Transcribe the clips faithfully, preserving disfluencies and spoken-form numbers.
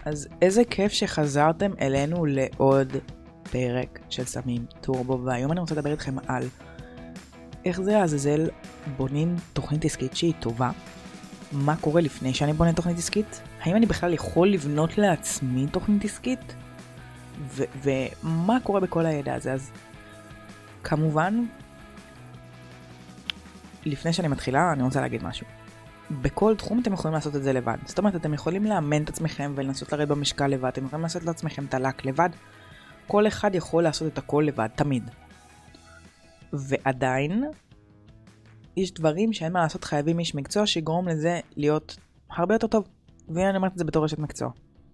אז איזה כיף שחזרתם אלינו לעוד פרק של סמים טורבו, והיום אני רוצה לדבר איתכם על איך זה לעזאזל בונים תוכנית עסקית שהיא טובה, מה קורה לפני שאני בונה תוכנית עסקית, האם אני בכלל יכול לבנות לעצמי תוכנית עסקית, ו- ומה קורה בכל הידע הזה. אז כמובן, לפני שאני מתחילה אני רוצה להגיד משהו. בכל תחום אתם יכולים לעשות את זה לבד. זאת אומרת, אתם יכולים לאמן את עצמכם ולנסות לרדת במשקל לבד. אתם יכולים לעשות לעצמכם תלק לבד. כל אחד יכול לעשות את הכל לבד, תמיד. ועדיין, יש דברים שאין מה לעשות, חייבים איש מקצוע שיגרום לזה להיות הרבה יותר טוב. ואני אומרת את זה בתור רשת מקצוע.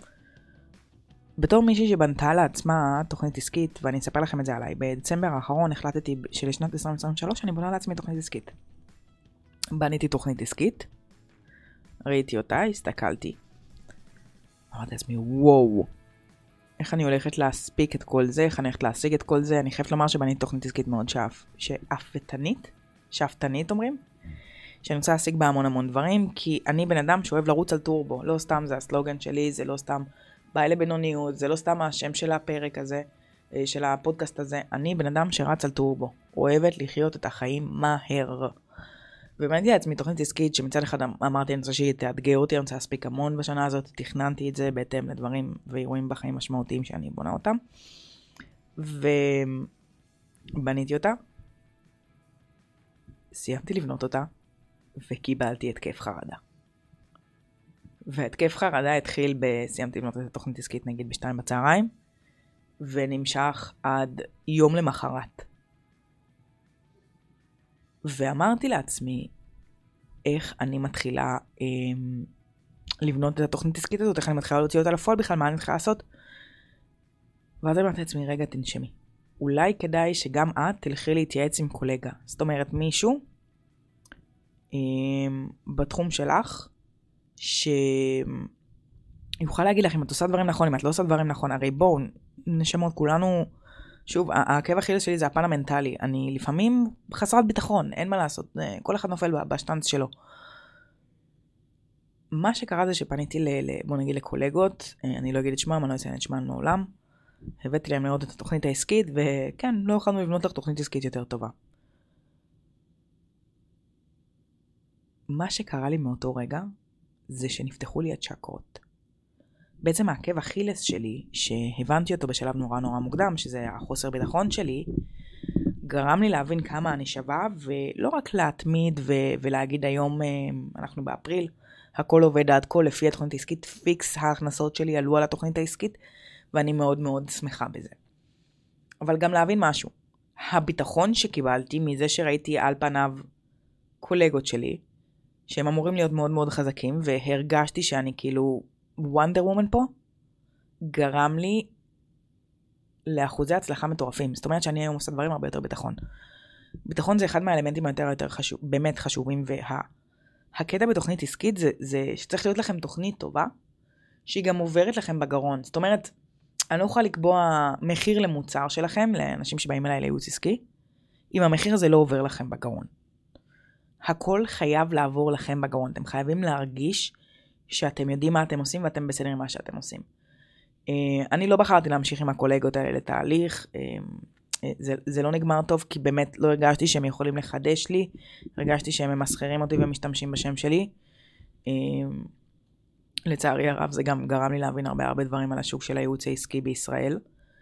בתור מישהי שבנתה לעצמה תוכנית עסקית, ואני אספר לכם את זה עליי, בדצמבר האחרון החלטתי שלשנת עשרים עשרים ושלוש אני בונה לעצמי תוכנית עסקית. בניתי תוכנית עסקית, ראיתי אותה, הסתכלתי. אמרתי לעצמי, וואו, איך אני הולכת להספיק את כל זה, איך אני הולכת להשיג את כל זה. אני חייבת לומר שבניתי תוכנית עסקית מאוד שאף, שאפתנית, שאפתנית אומרים, שאני רוצה להשיג בה המון המון דברים, כי אני בן אדם שאוהב לרוץ על טורבו, לא סתם זה הסלוגן שלי, זה לא סתם בא אלה בינוניות, זה לא סתם השם של הפרק הזה, של הפודקאסט הזה. אני בן אדם שרץ על טורבו, אוהבת לחיות את החיים מהר. ובאמת לעצמי תוכנית עסקית שמצד אחד אמרתי אני רוצה שהיא תאתגר אותי, אני רוצה להספיק המון בשנה הזאת, תכננתי את זה בהתאם לדברים ואירועים בחיים משמעותיים שאני בונה אותם, ובניתי אותה, סיימתי לבנות אותה, וקיבלתי התקף חרדה. והתקף חרדה התחיל בסיימתי לבנות את התוכנית עסקית נגיד בשתיים בצהריים, ונמשך עד יום למחרת. ואמרתי לעצמי, איך אני מתחילה אה, לבנות את התוכנית עסקית הזאת, איך אני מתחילה להוציא אותה לפועל בכלל, מה אני מתחילה לעשות. ואז אמרתי לעצמי, רגע תנשמי. אולי כדאי שגם את תלכי להתייעץ עם קולגה. זאת אומרת, מישהו אה, בתחום שלך, שיוכל להגיד לך אם את עושה דברים נכון, אם את לא עושה דברים נכון. הרי בואו, נשמות כולנו, שוב, העקב אכילס שלי זה הפן המנטלי. אני לפעמים חסרת ביטחון, אין מה לעשות. כל אחד נופל בשטנץ שלו. מה שקרה זה שפניתי, ל, בוא נגיד, לקולגות, אני לא אגיד את שמם, אני לא אציין את שמם מעולם. הבאתי להם לראות את התוכנית העסקית, וכן, לא יכולנו לבנות לך תוכנית עסקית יותר טובה. מה שקרה לי מאותו רגע, זה שנפתחו לי הצ'קרות. בעצם העקב אכילס שלי, שהבנתי אותו בשלב נורא נורא מוקדם, שזה החוסר ביטחון שלי, גרם לי להבין כמה אני שווה, ולא רק להתמיד ו- ולהגיד היום, אנחנו באפריל, הכל עובד עד כה לפי התוכנית העסקית, פיקס ההכנסות שלי עלו על התוכנית העסקית, ואני מאוד מאוד שמחה בזה. אבל גם להבין משהו, הביטחון שקיבלתי מזה שראיתי על פניו קולגות שלי, שהם אמורים להיות מאוד מאוד חזקים, והרגשתי שאני כאילו וונדר וומן פה, גרם לי לאחוזי הצלחה מטורפים. זאת אומרת שאני היום עושה דברים הרבה יותר ביטחון. ביטחון זה אחד מהאלמנטים היותר יותר חשוב, באמת חשובים, והקטע בתוכנית עסקית זה, זה שצריך להיות לכם תוכנית טובה, שהיא גם עוברת לכם בגרון. זאת אומרת, אני לא יכולה לקבוע מחיר למוצר שלכם, לאנשים שבאים אליי לייעוץ עסקי, אם המחיר הזה לא עובר לכם בגרון. הכל חייב לעבור לכם בגרון. אתם חייבים להרגיש שאתם יודעים מה אתם עושים ואתם בסדר עם מה שאתם עושים. אני לא בחרתי להמשיך עם הקולגות האלה לתהליך. זה, זה לא נגמר טוב כי באמת לא הרגשתי שהם יכולים לחדש לי. הרגשתי שהם ממסחרים אותי ומשתמשים בשם שלי. לצערי הרב זה גם גרם לי להבין הרבה הרבה דברים על השוק של הייעוץ העסקי בישראל.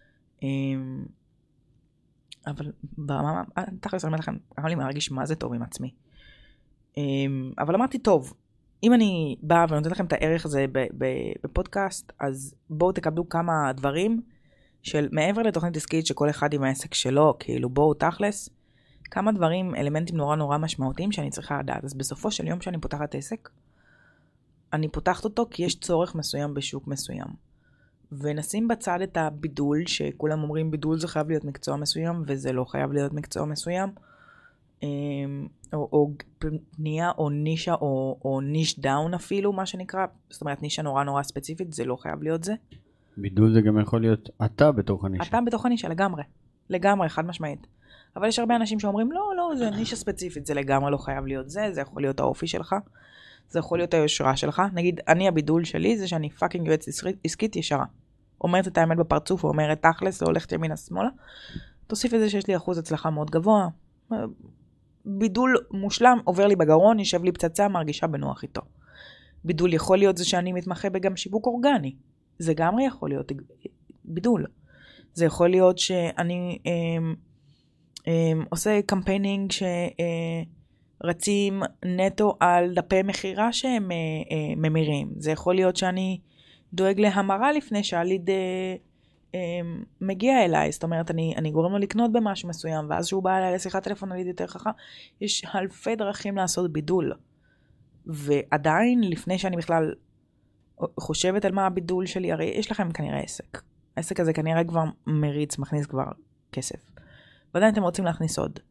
אבל ברמה, תכלס אני אומר לכם, אמר לי מרגיש מה זה טוב עם עצמי. אבל אמרתי טוב, אם אני באה ונותנת לכם את הערך הזה בפודקאסט, אז בואו תקבלו כמה דברים של מעבר לתוכנית עסקית שכל אחד עם העסק שלו, כאילו בואו תכלס, כמה דברים, אלמנטים נורא נורא משמעותיים שאני צריכה לדעת. אז בסופו של יום שאני פותחת עסק, אני פותחת אותו כי יש צורך מסוים בשוק מסוים. ונשים בצד את הבידול, שכולם אומרים בידול זה חייב להיות מקצוע מסוים, וזה לא חייב להיות מקצוע מסוים. או, או פנייה או נישה או, או ניש דאון אפילו, מה שנקרא. זאת אומרת, נישה נורא נורא ספציפית, זה לא חייב להיות זה. בידול זה גם יכול להיות אתה בתוך הנישה. אתה בתוך הנישה, לגמרי. לגמרי, חד משמעית. אבל יש הרבה אנשים שאומרים, לא, לא, זה נישה ספציפית, זה לגמרי לא חייב להיות זה, זה יכול להיות האופי שלך. זה יכול להיות היושרה שלך. נגיד, אני הבידול שלי זה שאני פאקינג יועץ עסקית ישרה. אומרת את האמת בפרצוף, ואומרת תכלס, לא הולכת ימינה שמאלה. תוסיף את זה שיש לי אחוז הצלחה מאוד גבוה. בידול מושלם, עובר לי בגרון, יושב לי פצצה, מרגישה בנוח איתו. בידול יכול להיות זה שאני מתמחה בגם שיווק אורגני. זה גם יכול להיות בידול. זה יכול להיות שאני אה, אה, עושה קמפיינינג שרצים נטו על דפי מחירה שהם אה, אה, ממירים. זה יכול להיות שאני דואג להמרה לפני שהליד אה, אה, מגיע אליי. זאת אומרת, אני, אני גורם לו לקנות במשהו מסוים, ואז שהוא בא אליי לשיחת טלפון הליד יותר חכם. יש אלפי דרכים לעשות בידול. ועדיין, לפני שאני בכלל חושבת על מה הבידול שלי, הרי יש לכם כנראה עסק. העסק הזה כנראה כבר מריץ, מכניס כבר כסף. ועדיין אתם רוצים להכניס עוד.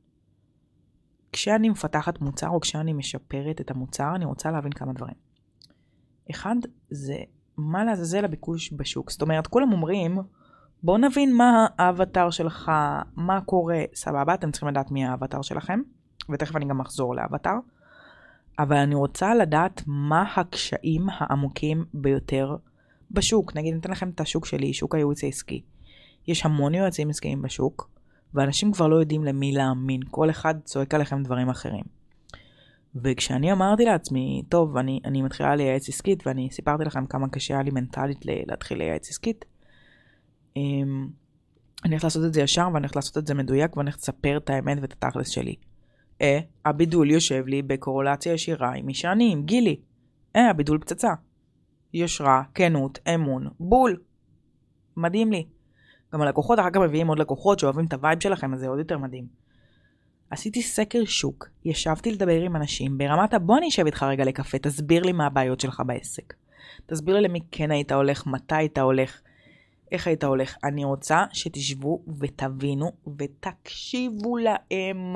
כשאני מפתחת מוצר, או כשאני משפרת את המוצר, אני רוצה להבין כמה דברים. אחד, זה מה לעזאזל הביקוש בשוק. זאת אומרת, כולם אומרים, בואו נבין מה האבטר שלך, מה קורה, סבבה, אתם צריכים לדעת מי האבטר שלכם, ותכף אני גם אחזור לאבטר. אבל אני רוצה לדעת מה הקשיים העמוקים ביותר בשוק. נגיד, ניתן לכם את השוק שלי, שוק הייעוץ העסקי. יש המון יועצים עסקיים בשוק, ואנשים כבר לא יודעים למי להאמין. כל אחד צועק עליכם דברים אחרים. וכשאני אמרתי לעצמי, טוב, אני, אני מתחילה לייעץ עסקית, ואני סיפרתי לכם כמה קשה היה לי מנטלית להתחיל לייעץ עסקית, אני הולכת לעשות את זה ישר, ואני הולכת לעשות את זה מדויק, ואני הולכת לספר את האמת ואת התכלס שלי. אה, הבידול יושב לי בקורולציה ישירה עם מי שאני, עם גילי. אה, הבידול פצצה. יושרה, כנות, אמון, בול. מדהים לי. גם הלקוחות אחר כך מביאים עוד לקוחות שאוהבים את הווייב שלכם, אז זה עוד יותר מדהים. עשיתי סקר שוק, ישבתי לדבר עם אנשים, ברמת הבוא אני אשב איתך רגע לקפה, תסביר לי מה הבעיות שלך בעסק. תסביר לי למי כן היית הולך, מתי היית הולך, איך היית הולך. אני רוצה שתשבו ותבינו ותקשיבו להם.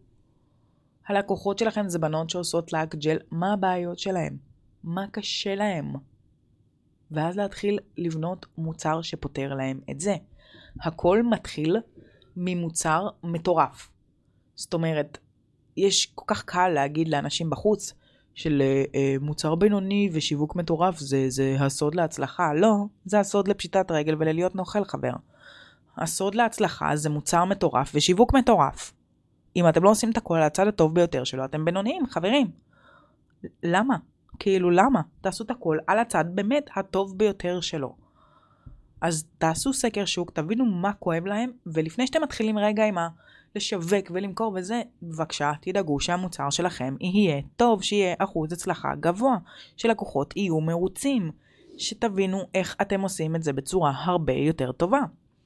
הלקוחות שלכם זה בנות שעושות לק ג'ל, מה הבעיות שלהם? מה קשה להם? ואז להתחיל לבנות מוצר שפותר להם את זה. הכל מתחיל ממוצר מטורף. זאת אומרת, יש כל כך קל להגיד לאנשים בחוץ של אה, מוצר בינוני ושיווק מטורף, זה, זה הסוד להצלחה. לא, זה הסוד לפשיטת רגל וללהיות נוכל חבר. הסוד להצלחה זה מוצר מטורף ושיווק מטורף. אם אתם לא עושים את הכל על הצד הטוב ביותר שלו, אתם בינוניים, חברים. למה? כאילו למה? תעשו את הכל על הצד באמת הטוב ביותר שלו. אז תעשו סקר שוק, תבינו מה כואב להם, ולפני שאתם מתחילים רגע עם ה... לשווק ולמכור וזה, בבקשה, תדאגו שהמוצר שלכם יהיה טוב, שיהיה אחוז הצלחה גבוה, שלקוחות יהיו מרוצים, שתבינו איך אתם עושים את זה בצורה הרבה יותר טובה.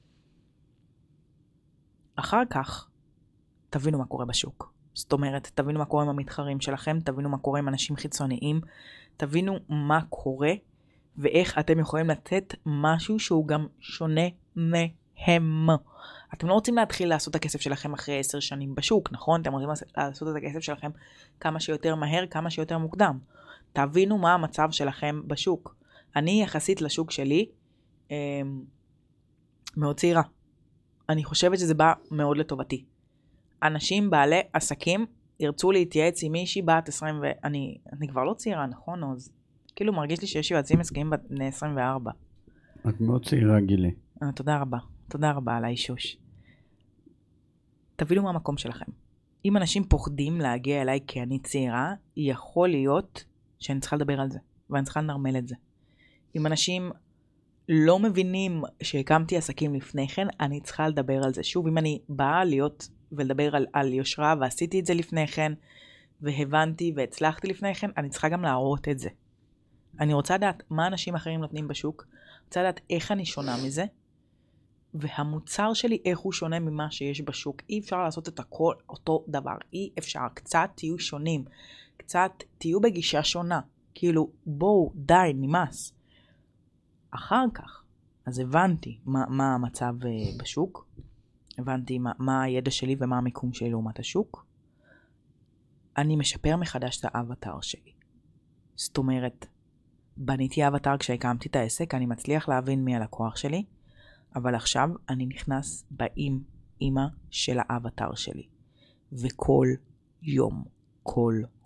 אחר כך, תבינו מה קורה בשוק. זאת אומרת, תבינו מה קורה עם המתחרים שלכם, תבינו מה קורה עם אנשים חיצוניים, תבינו מה קורה, ואיך אתם יכולים לתת משהו שהוא גם שונה מהם. אתם לא רוצים להתחיל לעשות את הכסף שלכם אחרי עשר שנים בשוק, נכון? אתם רוצים לעשות את הכסף שלכם כמה שיותר מהר, כמה שיותר מוקדם. תבינו מה המצב שלכם בשוק. אני יחסית לשוק שלי אה, מאוד צעירה. אני חושבת שזה בא מאוד לטובתי. אנשים בעלי עסקים ירצו להתייעץ עם מישהי בת עשרים ואני אני כבר לא צעירה, נכון? אז כאילו מרגיש לי שיש יועצים עסקיים בני עשרים וארבע. את מאוד צעירה, גילי. אה, תודה רבה. תודה רבה על האישוש. תבינו מה המקום שלכם. אם אנשים פוחדים להגיע אליי כי אני צעירה, יכול להיות שאני צריכה לדבר על זה, ואני צריכה לנרמל את זה. אם אנשים לא מבינים שהקמתי עסקים לפני כן, אני צריכה לדבר על זה. שוב, אם אני באה להיות ולדבר על, על יושרה, ועשיתי את זה לפני כן, והבנתי והצלחתי לפני כן, אני צריכה גם להראות את זה. אני רוצה לדעת מה אנשים אחרים נותנים בשוק, רוצה לדעת איך אני שונה מזה, והמוצר שלי איך הוא שונה ממה שיש בשוק. אי אפשר לעשות את הכל אותו דבר. אי אפשר. קצת תהיו שונים. קצת תהיו בגישה שונה. כאילו, בואו, די, נמאס. אחר כך, אז הבנתי מה, מה המצב בשוק. הבנתי מה, מה הידע שלי ומה המיקום שלי לעומת השוק. אני משפר מחדש את האבטר שלי. זאת אומרת, בניתי אבטר כשהקמתי את העסק, אני מצליח להבין מי הלקוח שלי, אבל עכשיו אני נכנס באים אימא של האבטר שלי. וכל יום, כל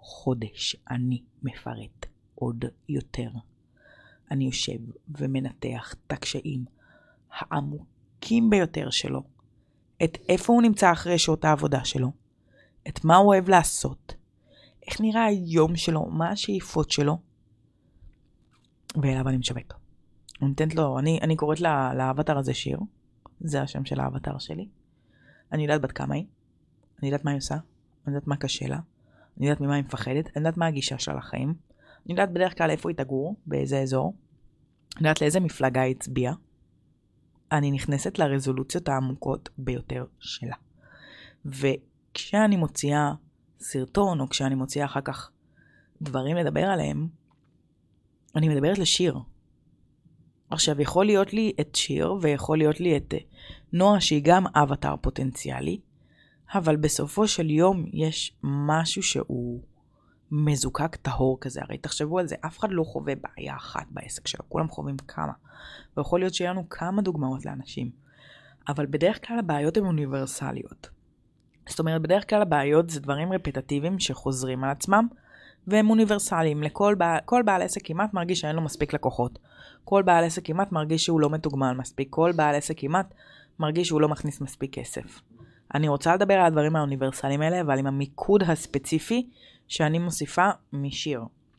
חודש אני מפרט עוד יותר. אני יושב ומנתח את הקשיים העמוקים ביותר שלו, את איפה הוא נמצא אחרי שעות העבודה שלו, את מה הוא אוהב לעשות, איך נראה היום שלו, מה השאיפות שלו, ואליו אני משווק. אני נותנת לו, אני, אני קוראת לה, לאבטר הזה שיר, זה השם של האבטר שלי. אני יודעת בת כמה היא, אני יודעת מה היא עושה, אני יודעת מה קשה לה, אני יודעת ממה היא מפחדת, אני יודעת מה הגישה שלה לחיים, אני יודעת בדרך כלל איפה היא תגור, באיזה אזור, אני יודעת לאיזה מפלגה היא הצביעה, אני נכנסת לרזולוציות העמוקות ביותר שלה. וכשאני מוציאה סרטון, או כשאני מוציאה אחר כך דברים לדבר עליהם, אני מדברת לשיר. עכשיו, יכול להיות לי את שיר, ויכול להיות לי את נועה, שהיא גם אבטר פוטנציאלי, אבל בסופו של יום יש משהו שהוא מזוקק טהור כזה. הרי תחשבו על זה, אף אחד לא חווה בעיה אחת בעסק שלו, כולם חווים כמה. ויכול להיות שיהיה לנו כמה דוגמאות לאנשים. אבל בדרך כלל הבעיות הן אוניברסליות. זאת אומרת, בדרך כלל הבעיות זה דברים רפטטיביים שחוזרים על עצמם, והם אוניברסליים. לכל בעל, כל בעל עסק כמעט מרגיש שאין לו מספיק לקוחות. כל בעל עסק כמעט מרגיש שהוא לא מתוגמל מספיק. כל בעל עסק כמעט מרגיש שהוא לא מכניס מספיק כסף. אני רוצה לדבר על הדברים האוניברסליים האלה, אבל עם המיקוד הספציפי שאני מוסיפה משיר.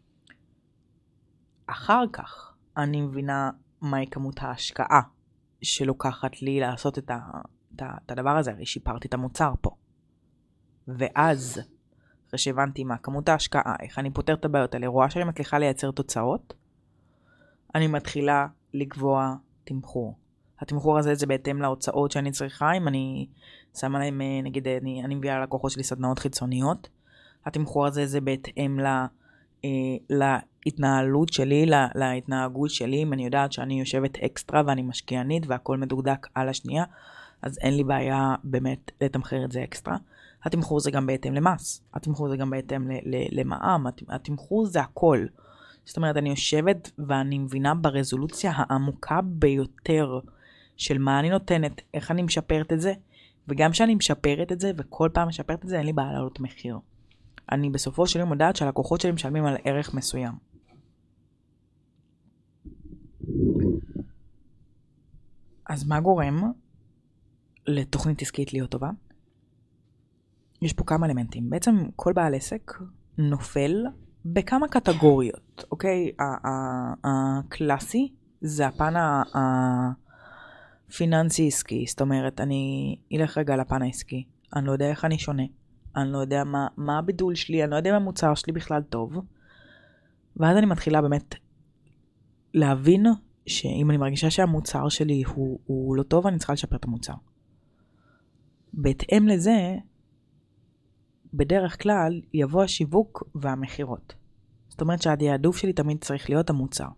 אחר כך אני מבינה מהי כמות ההשקעה שלוקחת לי לעשות את, ה, את, ה, את הדבר הזה. הרי שיפרתי את המוצר פה. ואז, אחרי שהבנתי מה כמות ההשקעה, איך אני פותר את הבעיות האלה, רואה שאני מצליחה לייצר תוצאות, אני מתחילה לקבוע תמחור. התמחור הזה זה בהתאם להוצאות שאני צריכה, אם אני שמה להם, נגיד, אני, אני מביאה ללקוחות שלי סדנאות חיצוניות, התמחור הזה זה בהתאם לה, אה, להתנהלות שלי, לה, להתנהגות שלי, אם אני יודעת שאני יושבת אקסטרה ואני משקיענית והכל מדוקדק על השנייה, אז אין לי בעיה באמת לתמחר את זה אקסטרה. התמחור זה גם בהתאם למס, התמחור זה גם בהתאם למע"מ, התמחור זה הכל. זאת אומרת, אני יושבת ואני מבינה ברזולוציה העמוקה ביותר של מה אני נותנת, איך אני משפרת את זה, וגם שאני משפרת את זה, וכל פעם משפרת את זה, אין לי בעיה לעלות מחיר. אני בסופו של יום יודעת שהלקוחות שלי משלמים על ערך מסוים. אז מה גורם לתוכנית עסקית להיות טובה? יש פה כמה אלמנטים. בעצם כל בעל עסק נופל בכמה קטגוריות, אוקיי? הקלאסי זה הפן הפיננסי עסקי. זאת אומרת, אני אלך רגע לפן העסקי. אני לא יודע איך אני שונה. אני לא יודע מה, מה הבידול שלי, אני לא יודע מה המוצר שלי בכלל טוב. ואז אני מתחילה באמת להבין שאם אני מרגישה שהמוצר שלי הוא, הוא לא טוב, אני צריכה לשפר את המוצר. בהתאם לזה, בדרך כלל יבוא השיווק והמחירות. זאת אומרת שהדיעדוף שלי תמיד צריך להיות המוצר.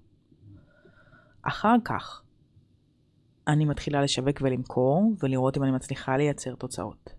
אחר כך, אני מתחילה לשווק ולמכור, ולראות אם אני מצליחה לייצר תוצאות.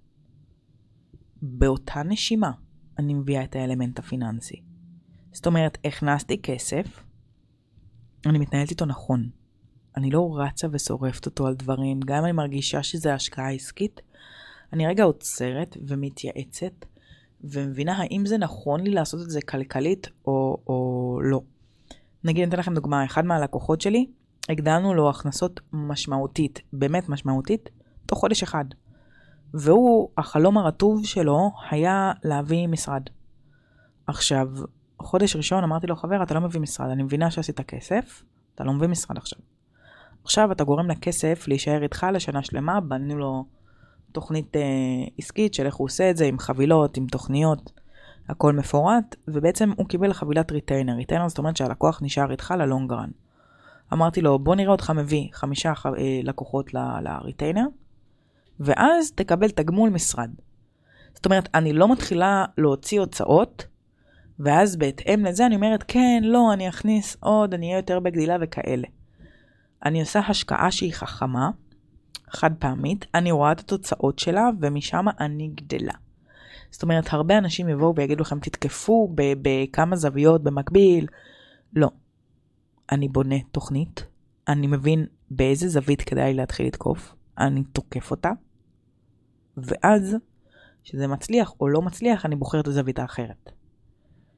באותה נשימה, אני מביאה את האלמנט הפיננסי. זאת אומרת, הכנסתי כסף, אני מתנהלת איתו נכון. אני לא רצה ושורפת אותו על דברים, גם אם אני מרגישה שזה השקעה עסקית, אני רגע עוצרת ומתייעצת, ומבינה האם זה נכון לי לעשות את זה כלכלית או, או לא. נגיד, נתן לכם דוגמה, אחד מהלקוחות שלי, הגדלנו לו הכנסות משמעותית, באמת משמעותית, תוך חודש אחד. והוא, החלום הרטוב שלו היה להביא משרד. עכשיו, חודש ראשון אמרתי לו, חבר, אתה לא מביא משרד, אני מבינה שעשית כסף, אתה לא מביא משרד עכשיו. עכשיו אתה גורם לכסף להישאר איתך לשנה שלמה, בנינו לו תוכנית אה, עסקית של איך הוא עושה את זה, עם חבילות, עם תוכניות, הכל מפורט, ובעצם הוא קיבל חבילת ריטיינר. ריטיינר זאת אומרת שהלקוח נשאר איתך ללונגרן. אמרתי לו, בוא נראה אותך מביא חמישה אה, לקוחות ל- לריטיינר, ואז תקבל תגמול משרד. זאת אומרת, אני לא מתחילה להוציא הוצאות, ואז בהתאם לזה אני אומרת, כן, לא, אני אכניס עוד, אני אהיה יותר בגדילה וכאלה. אני עושה השקעה שהיא חכמה, חד פעמית, אני רואה את התוצאות שלה, ומשם אני גדלה. זאת אומרת, הרבה אנשים יבואו ויגידו לכם, תתקפו בכמה זוויות במקביל. לא. אני בונה תוכנית, אני מבין באיזה זווית כדאי להתחיל לתקוף, אני תוקף אותה, ואז, שזה מצליח או לא מצליח, אני בוחר את הזווית האחרת.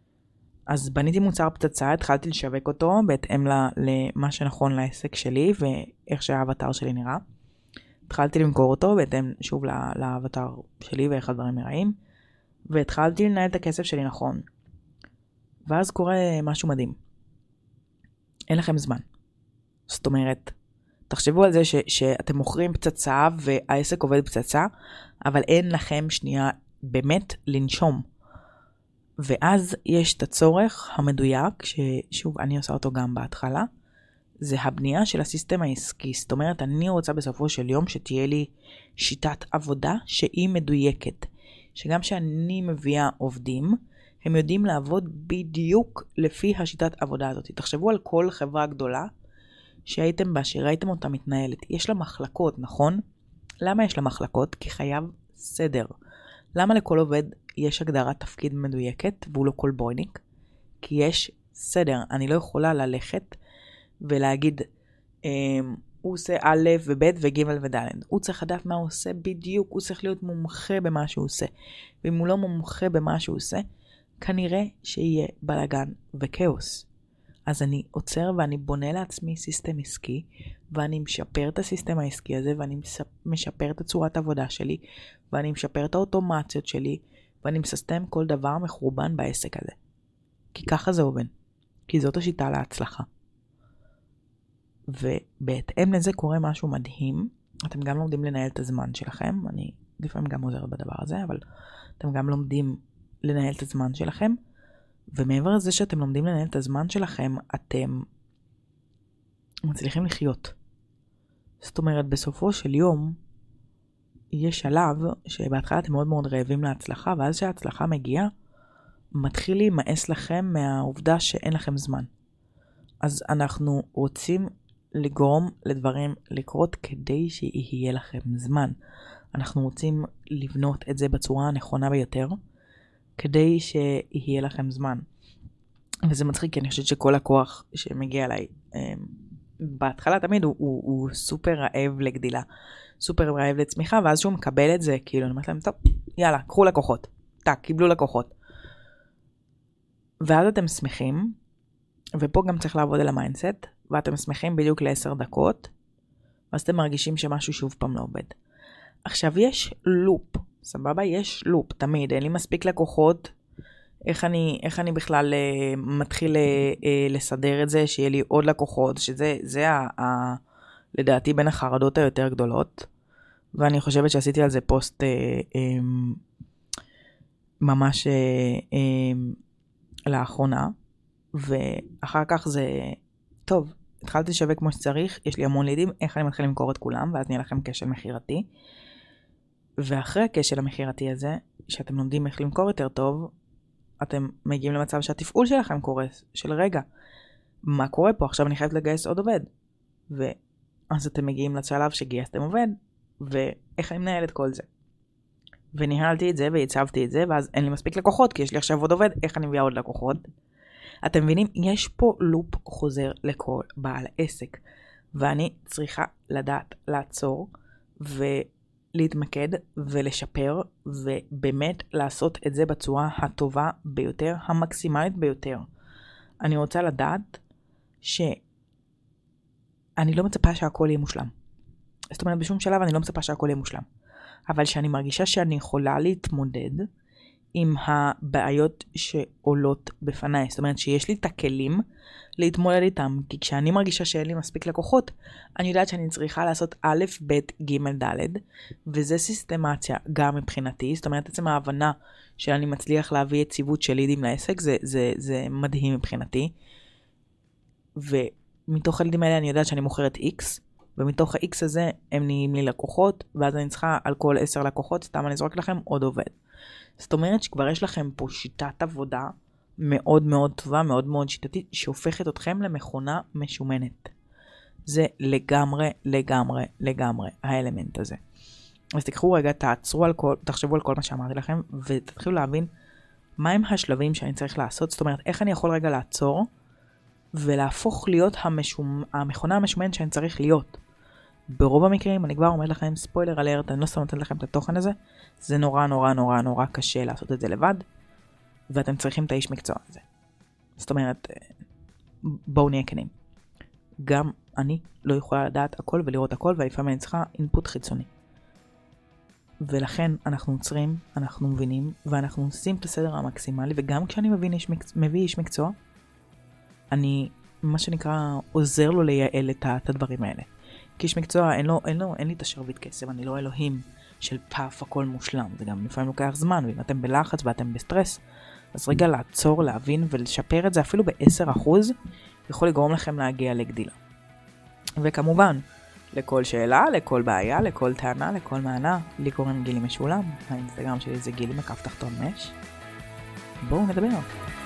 אז בניתי מוצר פצצה, התחלתי לשווק אותו בהתאם למה שנכון לעסק שלי ואיך שהאבטר שלי נראה. התחלתי למכור אותו בהתאם שוב לאבטר שלי ואיך הדברים נראים, והתחלתי לנהל את הכסף שלי נכון. ואז קורה משהו מדהים. אין לכם זמן. זאת אומרת, תחשבו על זה ש- שאתם מוכרים פצצה והעסק עובד פצצה, אבל אין לכם שנייה באמת לנשום. ואז יש את הצורך המדויק, ששוב אני עושה אותו גם בהתחלה, זה הבנייה של הסיסטם העסקי. זאת אומרת, אני רוצה בסופו של יום שתהיה לי שיטת עבודה שהיא מדויקת. שגם שאני מביאה עובדים, הם יודעים לעבוד בדיוק לפי השיטת עבודה הזאת. תחשבו על כל חברה גדולה שהייתם בה, שראיתם אותה מתנהלת. יש לה מחלקות, נכון? למה יש לה מחלקות? כי חייב סדר. למה לכל עובד יש הגדרת תפקיד מדויקת והוא לא כל בויניק? כי יש סדר. אני לא יכולה ללכת ולהגיד, הוא עושה א' וב' וג' וד'. הוא צריך לדעת מה הוא עושה בדיוק, הוא צריך להיות מומחה במה שהוא עושה. ואם הוא לא מומחה במה שהוא עושה, כנראה שיהיה בלגן וכאוס. אז אני עוצר ואני בונה לעצמי סיסטם עסקי, ואני משפר את הסיסטם העסקי הזה, ואני משפר את הצורת העבודה שלי, ואני משפר את האוטומציות שלי, ואני מססטם כל דבר מחורבן בעסק הזה. כי ככה זה עובד. כי זאת השיטה להצלחה. ובהתאם לזה קורה משהו מדהים. אתם גם לומדים לנהל את הזמן שלכם. אני לפעמים גם עוזרת בדבר הזה, אבל אתם גם לומדים לנהל את הזמן שלכם. ומעבר לזה שאתם לומדים לנהל את הזמן שלכם, אתם מצליחים לחיות. זאת אומרת, בסופו של יום, יש שלב שבהתחלה אתם מאוד מאוד רעבים להצלחה, ואז שההצלחה מגיעה, מתחיל להימאס לכם מהעובדה שאין לכם זמן. אז אנחנו רוצים לגרום לדברים לקרות כדי שיהיה לכם זמן. אנחנו רוצים לבנות את זה בצורה הנכונה ביותר, כדי שיהיה לכם זמן. וזה מצחיק, כי אני חושבת שכל הכוח שמגיע אליי, בהתחלה תמיד הוא, הוא, הוא סופר רעב לגדילה, סופר רעב לצמיחה, ואז שהוא מקבל את זה, כאילו, אני אומרת להם, טוב, יאללה, קחו לקוחות, טק, קיבלו לקוחות. ואז אתם שמחים, ופה גם צריך לעבוד על המיינדסט, ואתם שמחים בדיוק לעשר דקות, ואז אתם מרגישים שמשהו שוב פעם לא עובד. עכשיו יש לופ, סבבה? יש לופ, תמיד, אין לי מספיק לקוחות, איך אני, איך אני בכלל אה, מתחיל אה, אה, לסדר את זה, שיהיה לי עוד לקוחות, שזה זה ה, ה, לדעתי בין החרדות היותר גדולות, ואני חושבת שעשיתי על זה פוסט אה, אה, ממש אה, אה, לאחרונה, ואחר כך זה, טוב, התחלתי לשווה כמו שצריך, יש לי המון לידים, איך אני מתחיל למכור את כולם, ואז נהיה לכם כשל מחירתי, ואחרי הכשל המחירתי הזה, שאתם לומדים איך למכור יותר טוב, אתם מגיעים למצב שהתפעול שלכם קורס, של רגע, מה קורה פה? עכשיו אני חייבת לגייס עוד עובד. ואז אתם מגיעים לשלב שגייסתם עובד, ואיך אני מנהל את כל זה. וניהלתי את זה והצבתי את זה, ואז אין לי מספיק לקוחות, כי יש לי עכשיו עוד עובד, איך אני מביאה עוד לקוחות? אתם מבינים? יש פה לופ חוזר לכל בעל עסק, ואני צריכה לדעת לעצור, ולהתמקד ולשפר, ובאמת לעשות את זה בצורה הטובה ביותר, המקסימלית ביותר. אני רוצה לדעת שאני לא מצפה שהכל יהיה מושלם. זאת אומרת, בשום שלב אני לא מצפה שהכל יהיה מושלם. אבל שאני מרגישה שאני יכולה להתמודד עם הבעיות שעולות בפניי. זאת אומרת שיש לי את הכלים להתמודד איתם. כי כשאני מרגישה שאין לי מספיק לקוחות, אני יודעת שאני צריכה לעשות א', ב', ג', ד', וזה סיסטמציה גם מבחינתי. זאת אומרת, עצם ההבנה שאני מצליח להביא יציבות של לידים לעסק, זה, זה, זה מדהים מבחינתי. ומתוך הלידים האלה אני יודעת שאני מוכרת X, ומתוך ה-X הזה הם נהיים לי לקוחות, ואז אני צריכה על כל עשר לקוחות, סתם אני זורק לכם עוד עובד. זאת אומרת שכבר יש לכם פה שיטת עבודה מאוד מאוד טובה, מאוד מאוד שיטתית, שהופכת אתכם למכונה משומנת. זה לגמרי, לגמרי, לגמרי, האלמנט הזה. אז תיקחו רגע, תעצרו על כל, תחשבו על כל מה שאמרתי לכם, ותתחילו להבין מהם השלבים שאני צריך לעשות. זאת אומרת, איך אני יכול רגע לעצור, ולהפוך להיות המשומ... המכונה המשומנת שאני צריך להיות. ברוב המקרים, אני כבר אומר לכם, ספוילר אלרט, אני לא סתם נותן לכם את התוכן הזה, זה נורא נורא נורא נורא קשה לעשות את זה לבד, ואתם צריכים את האיש מקצוע הזה. זאת אומרת, בואו נהיה כנים. גם אני לא יכולה לדעת הכל ולראות הכל, ולפעמים אני צריכה אינפוט חיצוני. ולכן אנחנו עוצרים, אנחנו מבינים, ואנחנו עושים את הסדר המקסימלי, וגם כשאני מבין איש מקצוע, מביא איש מקצוע, אני, מה שנקרא, עוזר לו לייעל את, את הדברים האלה. כי איש מקצוע, אין, לו, אין, לו, אין לי את השרביט כסף, אני לא אלוהים של פאף הכל מושלם, זה גם לפעמים לוקח זמן, ואם אתם בלחץ ואתם בסטרס, אז רגע לעצור, להבין ולשפר את זה אפילו ב-עשרה אחוז, יכול לגרום לכם להגיע לגדילה. וכמובן, לכל שאלה, לכל בעיה, לכל טענה, לכל מענה, לי קוראים גילי משולם, האינסטגרם שלי זה גילי מקף תחתון מש. בואו נדבר.